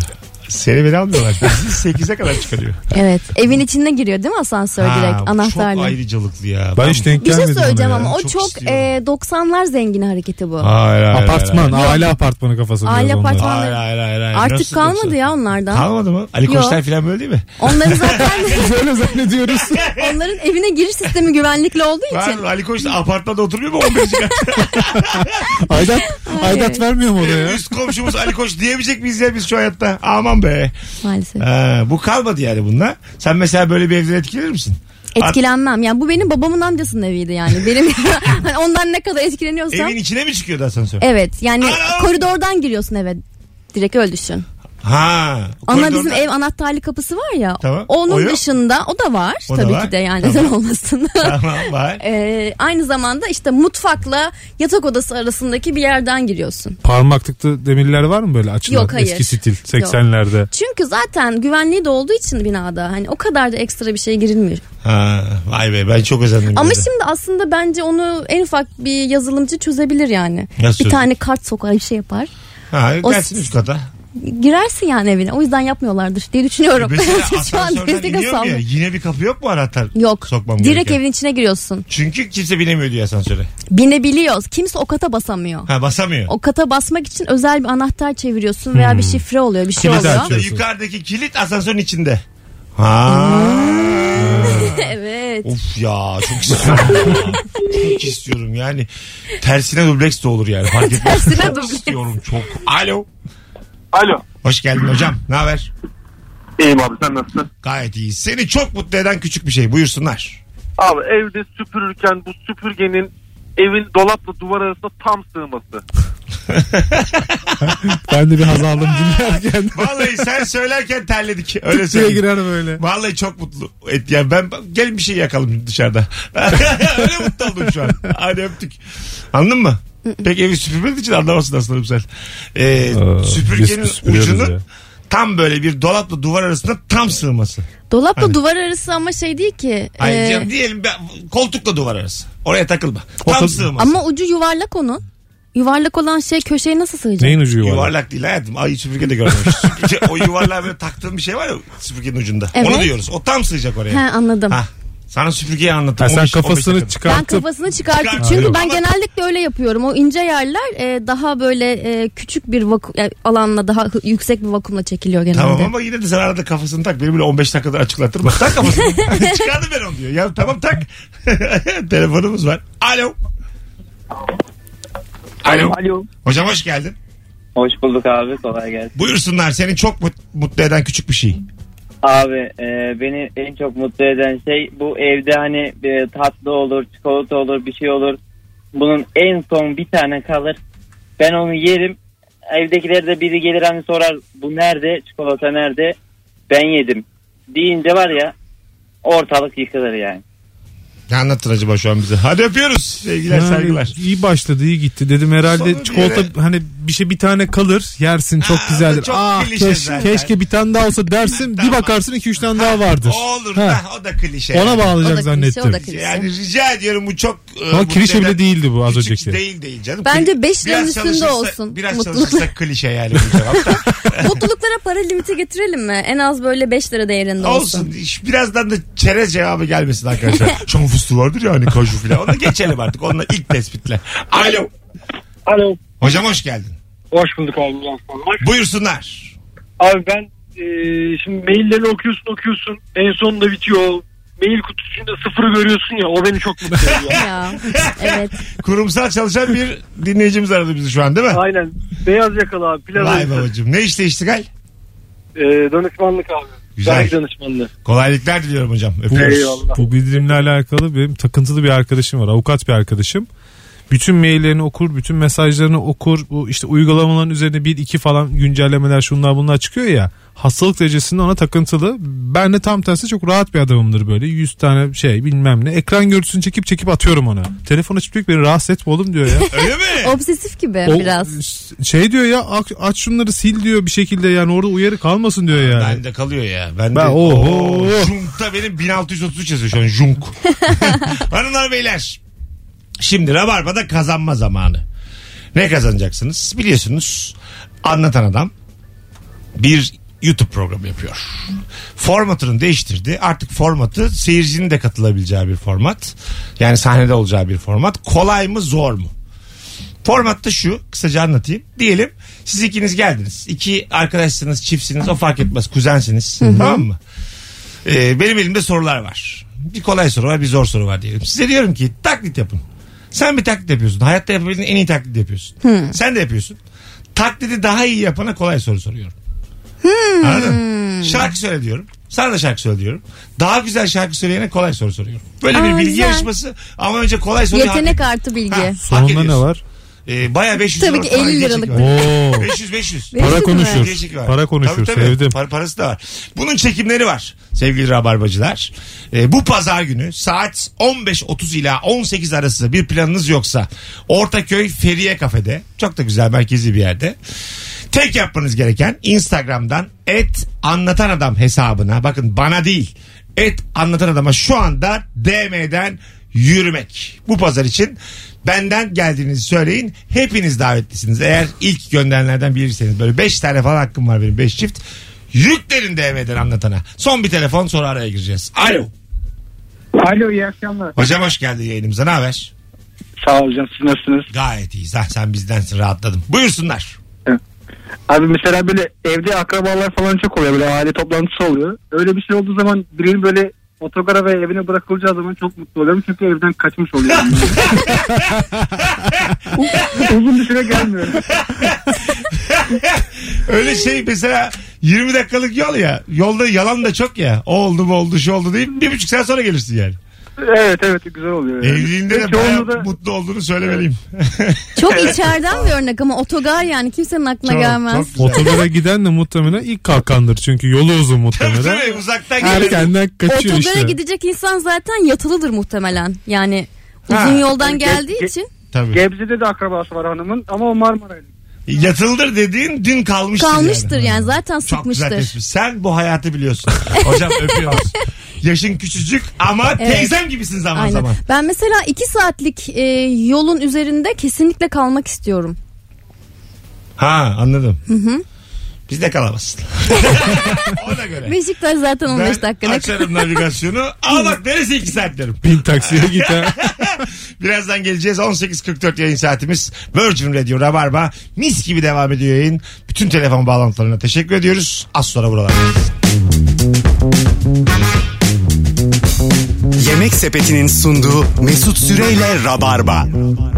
Seni beni almıyorlar. Bizi 8'e kadar çıkarıyor. Evet. Evin içine giriyor değil mi asansör direkt anahtarla? Çok ayrıcalıklı ya. Ben hiç denk Bir şey gelmedim söyleyeceğim ona ya. ama o Çok çok istiyorum. 90'lar zengini hareketi bu. Hayır, Apartman, aile apartmanı kafası Aile biraz onlar. apartmanı. Hayır. Artık Nasıl kalmadı 90? ya onlardan. Kalmadı mı? Ali Yok. Koçlar falan böyle değil mi? Onların zaten Öyle zannediyoruz. onların evine giriş sistemi güvenlikli olduğu için. Ali Koçlar apartmanda oturmuyor mu 11. katta? Aidat vermiyor mu oraya? Üst komşumuz Ali Koç diyemeyecek miyiz ya biz şu hayatta? Aman be. Maalesef. Bu kalmadı yani bununla. Sen mesela böyle bir evden etkilenir misin? Etkilenmem. Yani bu benim babamın amcasının eviydi yani. Benim hani ondan ne kadar etkileniyorsam. Evin içine mi çıkıyordu asansör? Evet. Yani Ana! koridordan giriyorsun eve. Direkt öyle düşün. Ha. Ama koridorda- bizim ev anahtarlı kapısı var ya. Tamam. Onun O yok. dışında o da var. O da tabii var. ki de yani Tamam. neden olmasın. Tamam var. Aynı zamanda işte mutfakla yatak odası arasındaki bir yerden giriyorsun. Parmaklıklı demirler var mı böyle açılan? Yok, hayır. Eski stil 80'lerde. Çünkü zaten güvenliği de olduğu için binada hani o kadar da ekstra bir şey girilmiyor. Ha, vay be ben çok özendim. Ama bir de. şimdi aslında bence onu en ufak bir yazılımcı çözebilir yani. Nasıl bir çözecek? tane kart sokar bir şey yapar. Ha, O- gelsin üst kata. Girersin yani evine. O yüzden yapmıyorlardır diye düşünüyorum. Mesela Şu an asansörden destek iniyor mu ya? sallıyorum. Yine bir kapı yok mu anahtar? Yok. Sokmam Direkt gereken? evin içine giriyorsun. Çünkü kimse binemiyor diye asansöre. Binebiliyoruz. Kimse o kata basamıyor. Ha basamıyor. O kata basmak için özel bir anahtar çeviriyorsun veya bir şifre oluyor, bir şey Kilit oluyor. açıyorsun. Yukarıdaki kilit asansörün içinde. Ha. Evet. Of ya çok istiyorum. ya. Çok istiyorum yani. Tersine dubleks de olur yani. Fark etmez. Tersine Çok dubleks. istiyorum çok. Alo. Alo. Hoş geldin hocam. Ne haber? İyiyim abi, sen nasılsın? Gayet iyi. Seni çok mutlu eden küçük bir şey. Buyursunlar. Abi evde süpürürken bu süpürgenin evin dolapla duvar arasında tam sığması. Ben de bir haz aldım dinlerken. Vallahi sen söylerken terledik. Öyle Diye söyleyeyim. girer böyle. Vallahi çok mutlu. Yani ben gelin bir şey yakalım dışarıda. Öyle mutlu oldum şu an. Hadi öptük. Anladın mı? Pek evi süpürmediği için anlamazsın aslında güzel. Süpürgenin biz süpürüyoruz ucunu ya. tam böyle bir dolapla duvar arasında tam sığması. Dolapla Hani- duvar arası ama şey değil ki. Ay canım diyelim koltukla duvar arası. Oraya takılma. Tam sığması. Ama ucu yuvarlak onun. Yuvarlak olan şey köşeye nasıl sığacak? Neyin ucu yuvarlak? Yuvarlak değil hayatım. Ay süpürge de görmemiş. O yuvarlağa böyle taktığım bir şey var ya süpürgenin ucunda. Evet. Onu diyoruz. O tam sığacak oraya. He anladım. Ha. Sana süpürgeyi anlattım. Ha, sen 15 kafasını dakika. Ben çıkartıp kafasını çıkartıp Çıkart- çünkü Yok. ben Ama- genellikle öyle yapıyorum. O ince yerler daha böyle küçük bir alanla daha yüksek bir vakumla çekiliyor genelde. Tamam ama yine de sen arada kafasını tak. Beni böyle 15 dakikada açıklattırma. Tak kafasını. Çıkardım ben onu diyor. Ya tamam tak. Telefonumuz var. Alo. Alo. Alo. Hocam hoş geldin. Hoş bulduk abi, kolay gelsin. Buyursunlar. Seni çok mutlu eden küçük bir şey. Abi beni en çok mutlu eden şey bu evde hani tatlı olur, çikolata olur, bir şey olur. Bunun en son bir tane kalır. Ben onu yerim. Evdekiler de biri gelir hani sorar bu nerede, çikolata nerede? Ben yedim deyince var ya ortalık yıkılır yani. Ne anlattın acaba şu an bize? Hadi öpüyoruz. Sevgiler Yani saygılar. iyi başladı, iyi gitti. Dedim herhalde Sonra bir çikolata yere- hani bir tane kalır, yersin çok Ha, güzeldir. çok Ah klişe zaten. keşke bir tane daha olsa dersin. Tamam. Bir bakarsın 2-3 tane daha vardır. O olur Ha. da o da klişe. Ona yani. O da bağlayacak klişe, zannettim. o da klişe. Yani rica ediyorum bu çok... Ama mutlu klişe bile eden- değildi bu az Küçük önceki. Değil canım. Bence 5 liranın Biraz üstünde çalışırsa- olsun. Biraz Mutluluk. çalışırsa klişe yani bu cevapta. Mutluluklara para limiti getirelim mi? En az böyle 5 lira değerinde olsun. Olsun. Birazdan da çerez cevabı gelmesin arkadaşlar. Çam fıstığı vardır ya hani kaju filan. Onu geçelim artık. Onunla ilk tespitle. Alo. Alo. Hocam hoş geldin. Hoş bulduk abi. İyi akşamlar. Buyursunlar. Abi ben şimdi mailleri okuyorsun. En sonunda bitiyor. Mail kutusunda sıfırı görüyorsun ya, o beni çok mutlu ediyor. Ya, evet. Kurumsal çalışan bir dinleyicimiz aradı bizi şu an değil mi? Aynen. Beyaz yakalı abi. Vay babacığım. Ne işte iştigal? Danışmanlık abi. Güzel. Vergi danışmanlığı. Kolaylıklar diliyorum hocam. Öpüyoruz. Eyvallah. Bu bildirimle alakalı benim takıntılı bir arkadaşım var. Avukat bir arkadaşım. Bütün maillerini okur, bütün mesajlarını okur. Bu işte uygulamaların üzerine 1-2 falan güncellemeler şunlar bunlar çıkıyor ya. Hastalık derecesinde ona takıntılı. Ben de tam tersi çok rahat bir adamımdır böyle. 100 tane şey bilmem ne. Ekran görüntüsünü çekip atıyorum ona. Telefon açıp diyor ki beni rahatsız etme oğlum diyor ya. Öyle mi? Obsesif gibi O biraz. şey diyor ya aç şunları sil diyor bir şekilde yani orada uyarı kalmasın diyor yani. Bende kalıyor ya. Ben Ben- de, oho. Junk'ta benim 1633 yazıyor şu an. Junk. Hanımlar beyler. Şimdi Rabarba'da kazanma zamanı. Ne kazanacaksınız? Biliyorsunuz Anlatan Adam bir YouTube programı yapıyor. Formatını değiştirdi. Artık formatı seyircinin de katılabileceği bir format. Yani sahnede olacağı bir format. Kolay mı zor mu? Format da şu, kısaca anlatayım. Diyelim siz ikiniz geldiniz. İki arkadaşsınız, çiftsiniz, o fark etmez, kuzensiniz. Tamam mı? Benim elimde sorular var. Bir kolay soru var, bir zor soru var diyelim. Size diyorum ki taklit yapın. Sen bir taklit yapıyorsun. Hayatta yapabildiğin en iyi taklit yapıyorsun. Sen de yapıyorsun. Taklidi daha iyi yapana kolay soru soruyorum. Anladın mı? Şarkı söyle diyorum. Sana da şarkı söyle diyorum. Daha güzel şarkı söyleyene kolay soru soruyorum. Böyle bir bilgi yarışması ama önce kolay soruyu yetenek artı bilgi. Sonunda ne var? Bayağı 500 Tabii ki 50 liralık. 500. Para konuşur. Para konuşur. Tabii. Sevdim. Parası da var. Bunun çekimleri var sevgili Rabarbacılar. Bu pazar günü saat 15.30 ila 18 arası bir planınız yoksa Ortaköy Feriye Kafede, çok da güzel merkezi bir yerde. Tek yapmanız gereken Instagram'dan @anlatanadam hesabına, bakın bana değil, @anlatanadama şu anda DM'den yürümek. Bu pazar için benden geldiğinizi söyleyin. Hepiniz davetlisiniz. Eğer ilk gönderenlerden biriyseniz, böyle 5 tane falan hakkım var benim, 5 çift. Yüklerin DM'den anlatana. Son bir telefon, sonra araya gireceğiz. Alo. Alo, iyi akşamlar. Hocam hoş geldin yayınımıza. Ne haber? Sağ ol hocam, siz nasılsınız? Gayet iyiyiz. Sen bizdensin, rahatladım. Buyursunlar. Abi mesela böyle evde akrabalar falan çok oluyor. Böyle aile toplantısı oluyor. Öyle bir şey olduğu zaman birinin böyle otogara ve evine bırakılacağı zaman çok mutlu oluyorum. Çünkü evden kaçmış oluyorum. Uzun bir süre gelmiyorum. Öyle şey mesela 20 dakikalık yol ya. Yolda yalan da çok ya. O oldu bu oldu şu oldu deyip 1,5 saat sonra gelirsin yani. Evet güzel oluyor. Yani. Evliliğinde de bayağı mutlu olduğunu söylemeliyim. Çok içeriden bir örnek ama otogar, yani kimsenin aklına gelmez. Otogara giden de muhtemelen ilk kalkandır çünkü yolu uzun muhtemelen. Tabii uzaktan geliyor. Erkenden kaçıyor Otogara işte. gidecek insan zaten yatılıdır muhtemelen. Yani uzun yoldan geldiği için. Tabii. Gebze'de de akrabası var hanımın ama o Marmara'ydı. Yatıldır dediğin dün kalmıştır yani zaten çok güzel sıkmıştır. tespit. Sen bu hayatı biliyorsun. Hocam öpüyoruz. Yaşın küçücük ama teyzem gibisin zaman zaman. Ben mesela 2 saatlik yolun üzerinde kesinlikle kalmak istiyorum. Ha, anladım. Biz de kalamazsın. Ona göre. Beşiktaş zaten 15 dakika. Ben açarım navigasyonu. Aa bak neresi 2 saat derim. Bin taksiye git ha. Birazdan geleceğiz. 18.44 yayın saatimiz. Virgin Radio Rabarba. Mis gibi devam ediyor yayın. Bütün telefon bağlantılarına teşekkür ediyoruz. Az sonra buralar. Yemek Sepeti'nin sunduğu Mesut Süreyle Rabarba.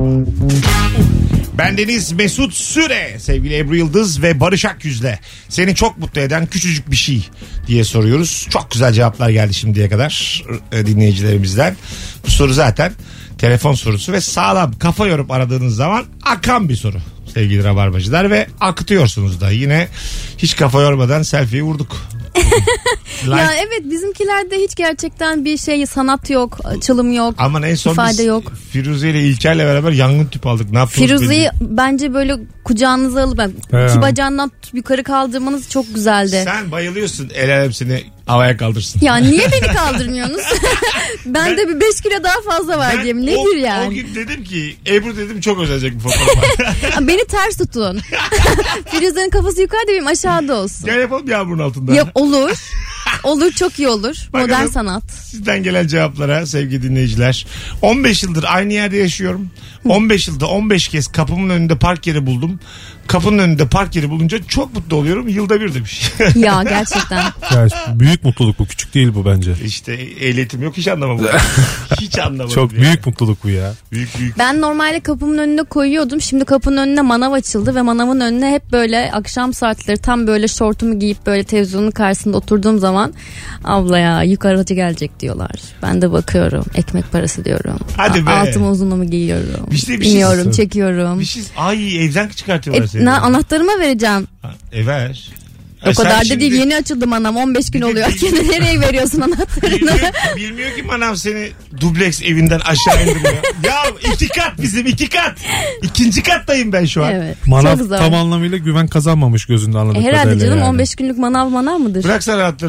Bendeniz Mesut Süre, sevgili Ebru Yıldız ve Barış Akyüz'le seni çok mutlu eden küçücük bir şey diye soruyoruz. Çok güzel cevaplar geldi şimdiye kadar dinleyicilerimizden. Bu soru zaten telefon sorusu ve sağlam kafa yorup aradığınız zaman akan bir soru sevgili Rabarbacılar ve akıtıyorsunuz da. Yine hiç kafa yormadan selfie'yi vurduk. Ya evet, bizimkilerde hiç gerçekten bir şey, sanat yok, açılım yok, ama en son ifade yok. Firuze ile İlker'le beraber yangın tüpü aldık. Ne yapıyoruz? Firuze'yi bence böyle kucağınıza alıp iki bacağından yukarı kaldırmanız çok güzeldi. Sen bayılıyorsun, el alem seni havaya kaldırsın. Ya niye beni kaldırmıyorsunuz? Ben de bir 5 kilo daha fazla var diyeyim. Nedir yani? O gün dedim ki Ebru dedim çok özenecek bu fotoğrafa. Beni ters tutun. Firuze'nin kafası yukarıda, benim aşağıda olsun. Gel yapalım yağmurun altında. Ya, olur. Olur, çok iyi olur. Bakalım, modern sanat. Sizden gelen cevaplara sevgili dinleyiciler. 15 yıldır aynı yerde yaşıyorum. 15 yılda 15 kez kapımın önünde park yeri buldum. Kapının önünde park yeri bulunca çok mutlu oluyorum. Yılda bir demiş. Ya gerçekten. Ya, büyük mutluluk bu, küçük değil bu bence. İşte ehliyetim yok, hiç anlamadım. Hiç anlamadım. Çok yani. Büyük mutluluk bu ya. Büyük. Ben normalde kapımın önüne koyuyordum. Şimdi kapının önüne manav açıldı ve manavın önüne hep böyle akşam saatleri tam böyle şortumu giyip böyle televizyonun karşısında oturduğum zaman abla ya yukarıcı gelecek diyorlar. Ben de bakıyorum, ekmek parası diyorum. Hadi be. Altıma uzunumu giyiyorum. Bir şey İniyorum, çekiyorum. Bir şey, ay evden çıkartıyorlar seni. Anahtarımı vereceğim. Ver. O kadar da değil, yeni açıldı manav, 15 gün oluyor. Kendine nereye veriyorsun anahtarını? Bilmiyor ki manav seni dubleks evinden aşağı indiriyor. Ya 2 kat bizim, 2 kat. 2. kattayım ben şu an. Evet. Manav tam anlamıyla güven kazanmamış gözünde anladığım kadarıyla. Herhalde canım, yani. 15 günlük manav mıdır? Bırak sen anahtarı.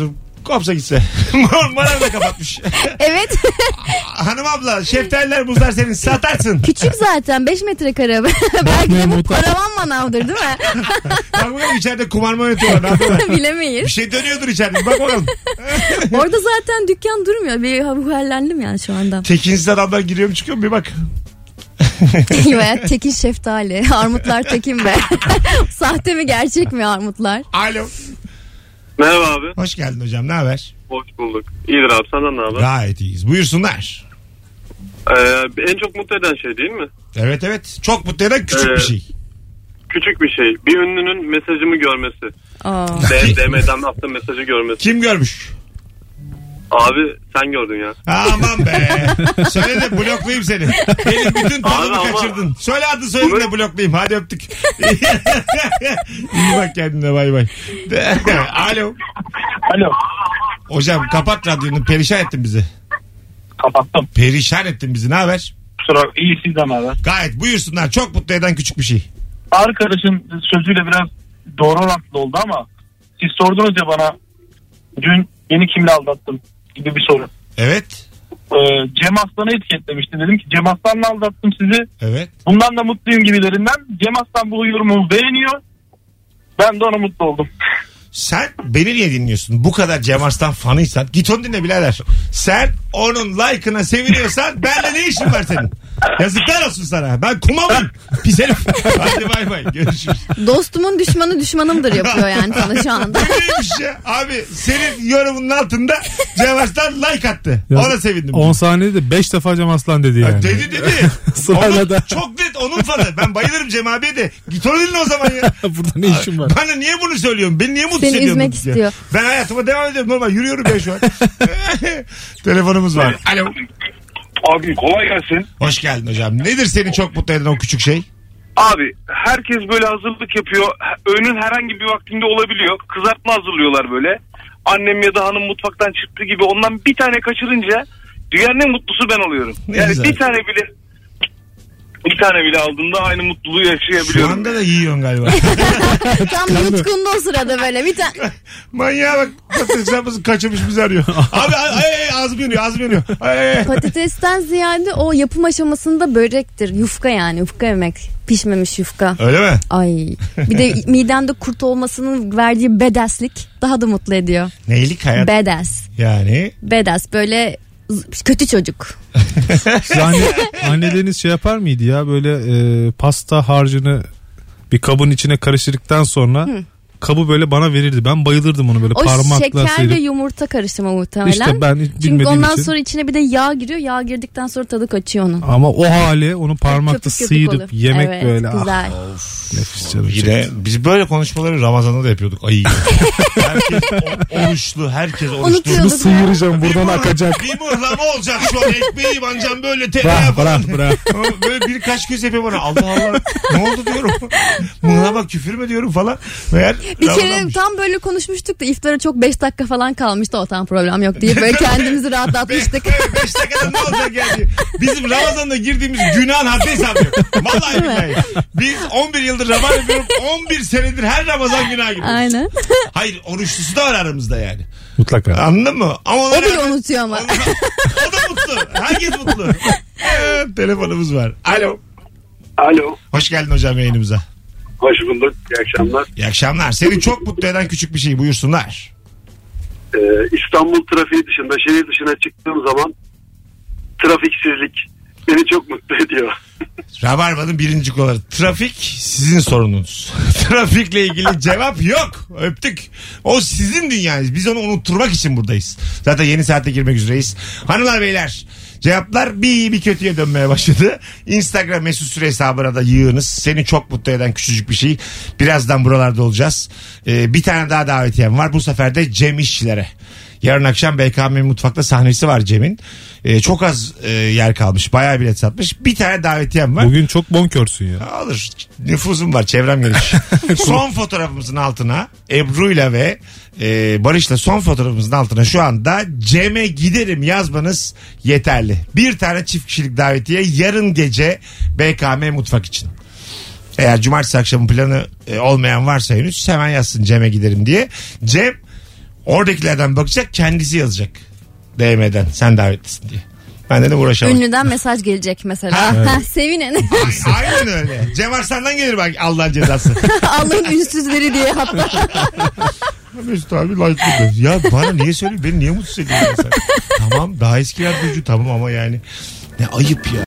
kopsa gitse. Maral da kapatmış. Evet. Hanım abla şeftaliler muzlar senin satarsın. Küçük zaten 5 metrekare. Belki de bu paravan manavdır değil mi? Bak bakalım içeride kumar mı oynatıyorlar? Ne yapıyorlar? Bilemeyiz. Bir şey dönüyordur içeride. Bak bakalım. Orada zaten dükkan durmuyor. Bir hallendim yani şu anda. Tekinsiz adamlar giriyor mu çıkıyor mu bir bak. Veya tekin şeftali. Armutlar tekin be. Sahte mi gerçek mi armutlar? Alo. Merhaba abi. Hoş geldin hocam, ne haber? Hoş bulduk. İyidir abi, senden ne haber? Gayet iyiyiz. Buyursunlar. En çok mutlu eden şey değil mi? Evet. Çok mutlu eden küçük bir şey. Küçük bir şey. Bir ünlünün mesajımı görmesi. DM'den attığım mesajı görmesi. Kim görmüş? Abi sen gördün ya. Aman be. Söyle de bloklayayım seni. Benim bütün tadımı kaçırdın. Söyle adı soyadını da bloklayayım. Hadi öptük. İyi bak kendine, bay bay. Alo. Alo. Hocam kapat radyonu, perişan ettin bizi. Kapattım. Perişan ettin bizi, ne haber? Kusura iyi, sizden haber. Gayet, buyursunlar. Çok mutlu eden küçük bir şey. Arkadaşın sözüyle biraz doğru orantılı oldu ama siz sordunuz ya bana dün yeni kimle aldattım gibi bir soru. Evet. Cem Aslan'ı etiketlemişti. Dedim ki Cem Aslan'la aldattım sizi. Evet. Bundan da mutluyum gibilerinden. Cem Aslan bu yorumu beğeniyor. Ben de ona mutlu oldum. Sen beni niye dinliyorsun? Bu kadar Cem Arslan fanıysan git onu dinle birader. Sen onun like'ına seviniyorsan benimle ne işin var senin? Yazıklar olsun sana. Ben kumamım. Pis herif. Hadi bay bay. Görüşürüz. Dostumun düşmanı düşmanımdır yapıyor yani sana şu anda. Neymiş ya? Abi senin yorumunun altında Cem Arslan like attı. Ya, ona sevindim. 10 saniyede 5 defa Cem Aslan dedi yani. Dedi. Sonra da. Çok net onun fanı. Ben bayılırım Cem abiye de. Git onu dinle o zaman ya. Burada ne işin var? Bana niye bunu söylüyorsun? Beni niye mutlu Seni ediyorsun? üzmek istiyor. Ben hayatıma devam ediyorum. Normal yürüyorum ben şu an. Telefonumuz var. Alo. Abi kolay gelsin. Hoş geldin hocam. Nedir seni çok mutlu eden o küçük şey? Abi herkes böyle hazırlık yapıyor. Öğünün herhangi bir vaktinde olabiliyor. Kızartma hazırlıyorlar böyle. Annem ya da hanım mutfaktan çıktı gibi ondan bir tane kaçırınca dünyanın en mutlusu ben oluyorum. Ne yani güzel. bir tane bile aldığımda aynı mutluluğu yaşayabiliyorum. Şu anda da yiyorsun galiba. Tam yutkunda o sırada böyle bir tane. Manyağa bak. Patates kaçırmış bizi arıyor. Abi ağzım yanıyor. Ay. Patatesten ziyade o yapım aşamasında börektir. Yufka yani. Yufka yemek. Pişmemiş yufka. Öyle mi? Ay. Bir de midemde kurt olmasının verdiği bedeslik daha da mutlu ediyor. Neylik hayat? Bedes. Yani? Bedes böyle kötü çocuk. Yani anneleriniz şey yapar mıydı ya böyle pasta harcını bir kabın içine karıştırdıktan sonra kabı böyle bana verirdi. Ben bayılırdım onu böyle o parmakla şeker sıyırıp. ve yumurta karışımı muhtemelen. İşte ben hiç Çünkü bilmediğim ondan için. sonra içine bir de yağ giriyor. Yağ girdikten sonra tadı kaçıyor onun. Ama o hali onu parmakla Köpük köpük sıyırıp olur. yemek Evet, böyle. güzel. Nefis canım. Yine biz böyle konuşmaları Ramazan'da da yapıyorduk. Ay. Herkes oruçlu. Herkes oruçlu. Unutuyorduk. Bunu sıyıracağım buradan akacak. Bir mıhlama olacak şu an. Ekmeği bancam böyle tereyağı falan. Bırak. Böyle birkaç göz yapıyor bana. Allah. Ne oldu diyorum. Mıhlama küfür mü diyorum falan. Meğer Bir kere Ramazanmış. tam böyle konuşmuştuk da iftara çok 5 dakika falan kalmıştı, o tam problem yok diye böyle kendimizi rahatlatmıştık. 5 dakikada ne olacak yani? Bizim Ramazan'da girdiğimiz günahın haddi hesabı yok. Vallahi billahi. Biz 11 yıldır Ramazan yapıyorum. 11 senedir her Ramazan günah giriyoruz. Aynen. Hayır, oruçlusu da var aramızda yani. Mutlaka. Anladın mı? Ama O bile unutuyor ama. O da mutlu. Herkes mutlu. Telefonumuz var. Alo. Alo. Hoş geldin hocam yayınımıza. Hoş bulduk. İyi akşamlar. İyi akşamlar. Seni çok mutlu eden küçük bir şey, buyursunlar. İstanbul trafiği dışında, şehir dışına çıktığım zaman trafiksizlik beni çok mutlu ediyor. Rabarba'nın birinci kolaları. Trafik sizin sorununuz. Trafikle ilgili cevap yok. Öptük. O sizin dünyanız. Biz onu unutturmak için buradayız. Zaten yeni saatte girmek üzereyiz. Hanımlar beyler, cevaplar bir kötüye dönmeye başladı. Instagram Mesut Süre hesabına da yığınız. Seni çok mutlu eden küçücük bir şey. Birazdan buralarda olacağız. Bir tane daha davetiyem var. Bu sefer de Cem İşçilere. Yarın akşam BKM Mutfak'ta sahnesi var Cem'in. Çok az yer kalmış. Bayağı bilet satmış. Bir tane davetiyem var. Bugün çok bonkörsün ya. Olur. Nüfuzum var. Çevrem geniş. Son fotoğrafımızın altına Ebru'yla ve Barış'la son fotoğrafımızın altına şu anda Cem'e giderim yazmanız yeterli. Bir tane çift kişilik davetiye yarın gece BKM Mutfak için. Eğer cumartesi akşamı planı olmayan varsa henüz hemen yazsın Cem'e giderim diye. Cem Oradakilerden bakacak, kendisi yazacak. DM'den sen davetlisin diye. Ben de uğraşamam. Ünlüden mesaj gelecek mesela. Evet. Sevinin. Aynen öyle. Cem Arslan'dan gelir bak Allah'ın cezası. Allah'ın ünsüzleri diye hatta. Mesut abi like'lı. Ya bana niye söylüyorsun? Beni niye mutsuz ediyorsun sen? Tamam daha eski radyocu tamam ama yani ne ayıp ya.